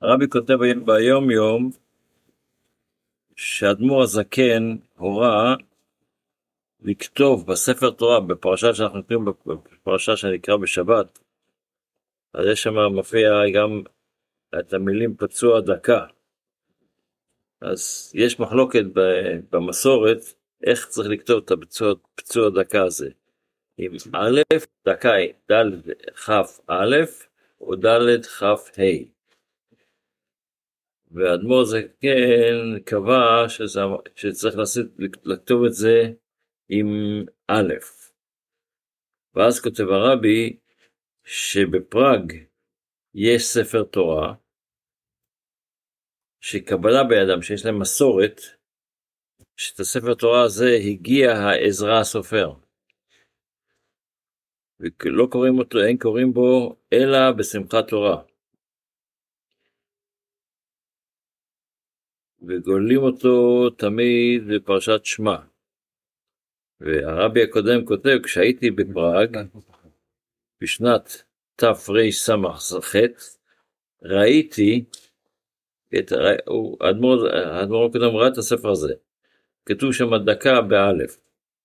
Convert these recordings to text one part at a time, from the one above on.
הרבי כותב ביום יום שאדמו"ר הזקן הורה לכתוב בספר תורה, בפרשה שאנחנו קוראים, בפרשה שנקרא בשבת, אז יש שם מופיע גם את המילים פצוע דקה. אז יש מחלוקת במסורת איך צריך לכתוב את הפצוע דקה הזה, עם א' דקה ד' כ' א' או ד' כ' ה'. והאדמו"ר הזקן קבע שצריך לכתוב את זה עם א'. ואז כותב הרבי שבפראג יש ספר תורה שקבלה בידם, שיש להם מסורת, שאת הספר תורה הזה הגיע העזרא הסופר, ולא קוראים אותו, אין קוראים בו אלא בשמחת תורה, וגולים אותו תמיד בפרשת שמע. והרבי הקודם כותב, כשהייתי בפראג בשנת תרס"ח, ראיתי האדמו"ר הקודם ראה את הספר הזה, כתוב שם דקה באלף.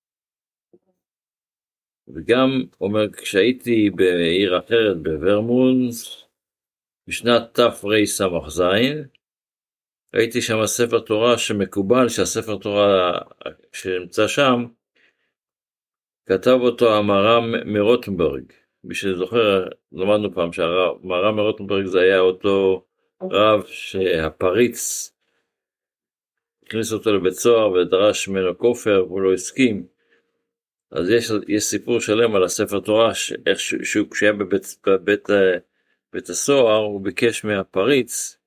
וגם אומר, כשהייתי בעיר אחרת בוורמונד בשנת תרס"ז, ראיתי שם ספר תורה שמקובל שהספר תורה שנמצא שם כתב אותו המהר"ם מרוטנבורג. מי שזוכר, למדנו פעם שהמהר"ם מרוטנבורג זה היה אותו רב שהפריץ הכניס אותו לבית סוהר ודרש ממנו כופר והוא לא הסכים. אז יש סיפור שלם על הספר תורה, איך כשהיה בבית הסוהר הוא ביקש מהפריץ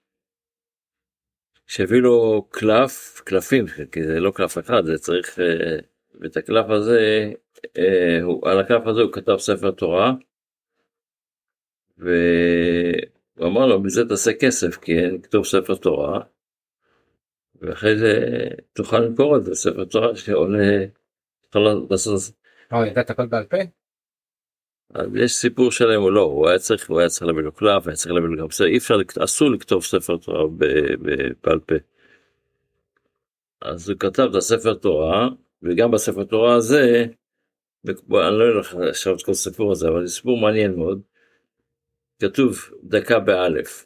שהביא לו קלפים, כי זה לא קלף אחד, זה צריך, ואת הקלף הזה, על הקלף הזה הוא כתב ספר תורה, והוא אמר לו, בזה תעשה כסף, כי אין כתוב ספר תורה, ואחרי זה תוכל למכור את זה, ספר תורה שעולה, תוכל לעשות... ידעת הכל בעל פה? אז יש סיפור שלם, הוא היה צריך להביא לו קלף, היה צריך להביא לו גם ספר, אסור לכתוב ספר תורה בעל פה. אז הוא כתב את הספר תורה, וגם בספר תורה הזה, אני לא הולך עכשיו את כל הסיפור הזה, אבל זה סיפור מעניין מאוד, כתוב דקה באלף.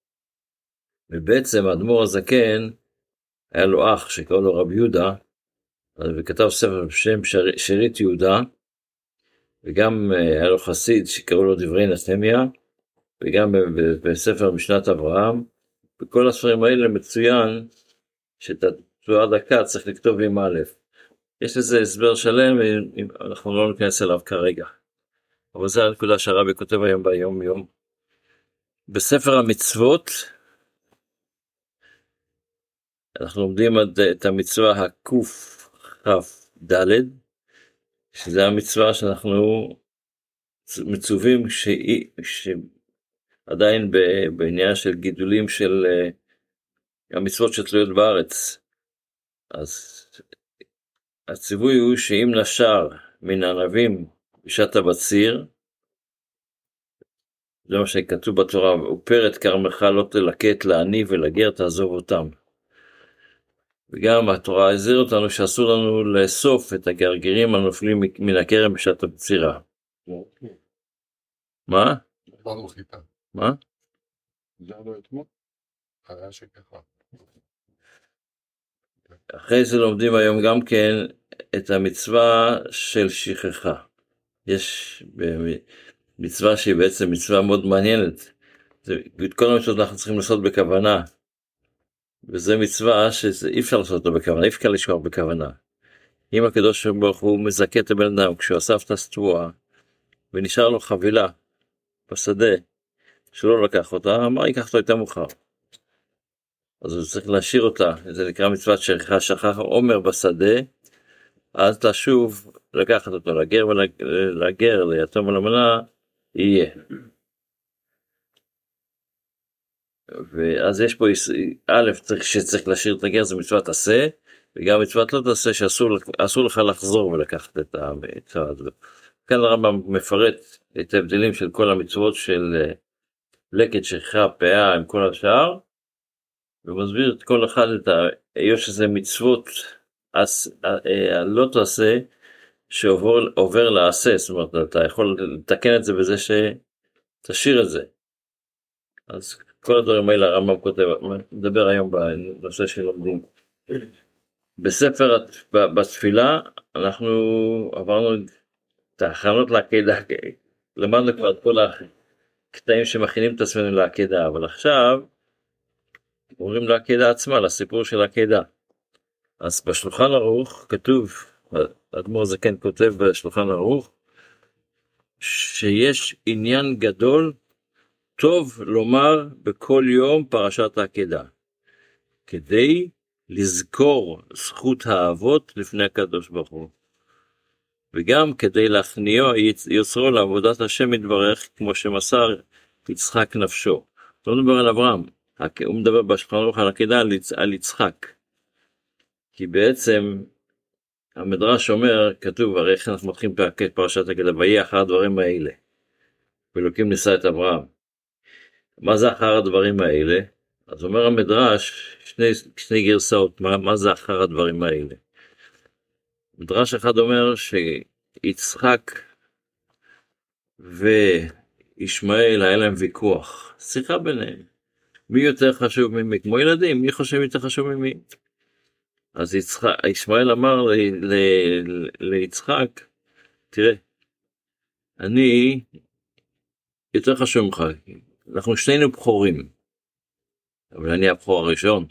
ובעצם האדמו"ר הזקן, היה לו אח שקראו לו רב יהודה, וכתב ספר בשם שארית יהודה, וגם היה לו חסיד שקראו לו דברי נחמיה, וגם בספר משנת אברהם. בכל הספרים האלה מצוין שאת התורה דקה צריך לכתוב עם א'. יש לזה הסבר שלם, אנחנו לא ניכנס אליו כרגע. אבל זו הנקודה שהרבי כותב היום ביום יום. בספר המצוות, אנחנו לומדים את המצווה הקכ"ד, שזה המצווה שאנחנו מצווים שעדיין בעניין של גידולים של המצוות שתלויות בארץ. אז הציווי הוא שאם נשר מן הענבים בשעת הבציר, זה מה שכתוב בתורה, ופרת כרמך לא תלקט לעני ולגר תעזוב אותם. וגם התורה הזהירה אותנו שאסור לנו לאסוף את הגרגירים הנופלים מן הכרם בשעת הבצירה. מה? מה? אחרי זה לומדים היום גם כן את המצווה של שכחה. יש מצווה שהיא בעצם מצווה מאוד מעניינת. את כל המצוות אנחנו צריכים לעשות בכוונה. וזה מצווה שאי אפשר לעשות אותו בכוונה, אי אפשר לשכוח בכוונה. אם הקדוש ברוך הוא מזכה את הבן אדם, כשהוא אסף את הסטועה, ונשאר לו חבילה בשדה, שלא לקח אותה, אמר ייקח אותו יותר מאוחר. אז הוא צריך להשאיר אותה, זה נקרא מצוות שכח עומר בשדה, אז תשוב לקחת אותו, לגר, ליתום ולאלמנה, יהיה. ואז יש פה א' שצריך להשאיר את הגר, זה מצוות עשה, וגם מצוות לא תעשה שאסור לך לחזור ולקחת את המצווה הזו. כאן הרמב"ם מפרט את ההבדלים של כל המצוות של לקט, שכחה, פאה, עם כל השאר, ומסביר את כל אחד יש איזה מצוות לא תעשה שעובר לעשה, זאת אומרת אתה יכול לתקן את זה בזה שתשאיר את זה. אז כל הדברים האלה הרמב"ם כותב, מדבר היום בנושא של לומדים. בספר בתפילה אנחנו עברנו את ההכנות לעקדה, למדנו כבר את כל הקטעים שמכינים את עצמנו לעקדה, אבל עכשיו אומרים לעקדה עצמה, לסיפור של העקדה. אז בשולחן ערוך כתוב, האדמו"ר זקן כותב בשולחן ערוך, שיש עניין גדול, טוב לומר בכל יום פרשת העקדה, כדי לזכור זכות האבות לפני הקדוש ברוך הוא, וגם כדי להכניעו יוצרו לעבודת השם יתברך, כמו שמסר יצחק נפשו. לא מדבר על אברהם, הוא מדבר בשולחן ערוך על העקדה על יצחק, כי בעצם המדרש אומר, כתוב, הרי איך אנחנו מתחילים פרשת העקדה, ויהי אחר הדברים האלה, ואלוקים ניסה את אברהם. מה זה אחר הדברים האלה? אז אומר המדרש, שני גרסאות, מה זה אחר הדברים האלה? מדרש אחד אומר שיצחק וישמעאל היה להם ויכוח, שיחה ביניהם, מי יותר חשוב ממי? כמו ילדים, מי חושב יותר חשוב ממי? אז ישמעאל אמר ליצחק, תראה, אני יותר חשוב ממך, אנחנו שנינו בחורים, אבל אני הבחור הראשון.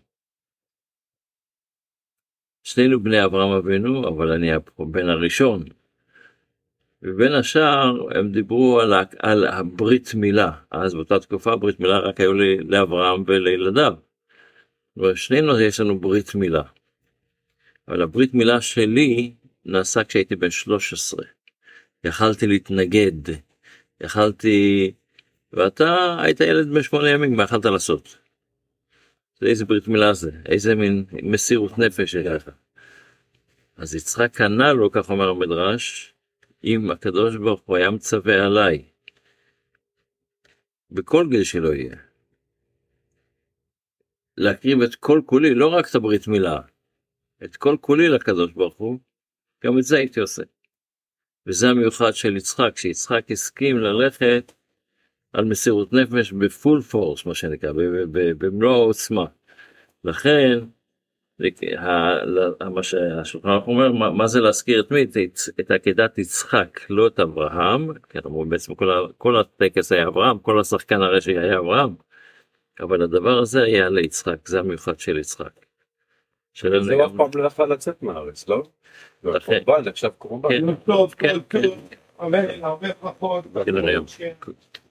שנינו בני אברהם אבינו, אבל אני הבן הראשון. ובין השאר הם דיברו על הברית מילה. אז באותה תקופה ברית מילה רק היו לאברהם ולילדיו. ושנינו יש לנו ברית מילה. אבל הברית מילה שלי נעשה כשהייתי בן 13. יכלתי להתנגד. ואתה היית ילד בן 8 ימים, מה יכלת לעשות? איזה ברית מילה זה? איזה מין מסירות נפש היה לך? אז יצחק ענה לו, כך אומר המדרש, אם הקדוש ברוך הוא היה מצווה עליי, בכל גיל שלא יהיה, להקריב את כל כולי, לא רק את הברית מילה, את כל כולי לקדוש ברוך הוא, גם את זה הייתי עושה. וזה המיוחד של יצחק, שיצחק הסכים ללכת על מסירות נפש בפול פורס, מה שנקרא, במלוא העוצמה. לכן, מה שהשולחן ערוך אומר, מה זה להזכיר את מי? את עקדת יצחק, לא את אברהם, כי אנחנו בעצם כל הטקס היה אברהם, כל השחקן הראשי היה אברהם, אבל הדבר הזה היה ליצחק, זה המיוחד של יצחק. זה אף פעם לא יכול לצאת מהארץ, לא? קורבן, עכשיו קורבן. טוב, הרבה פחות.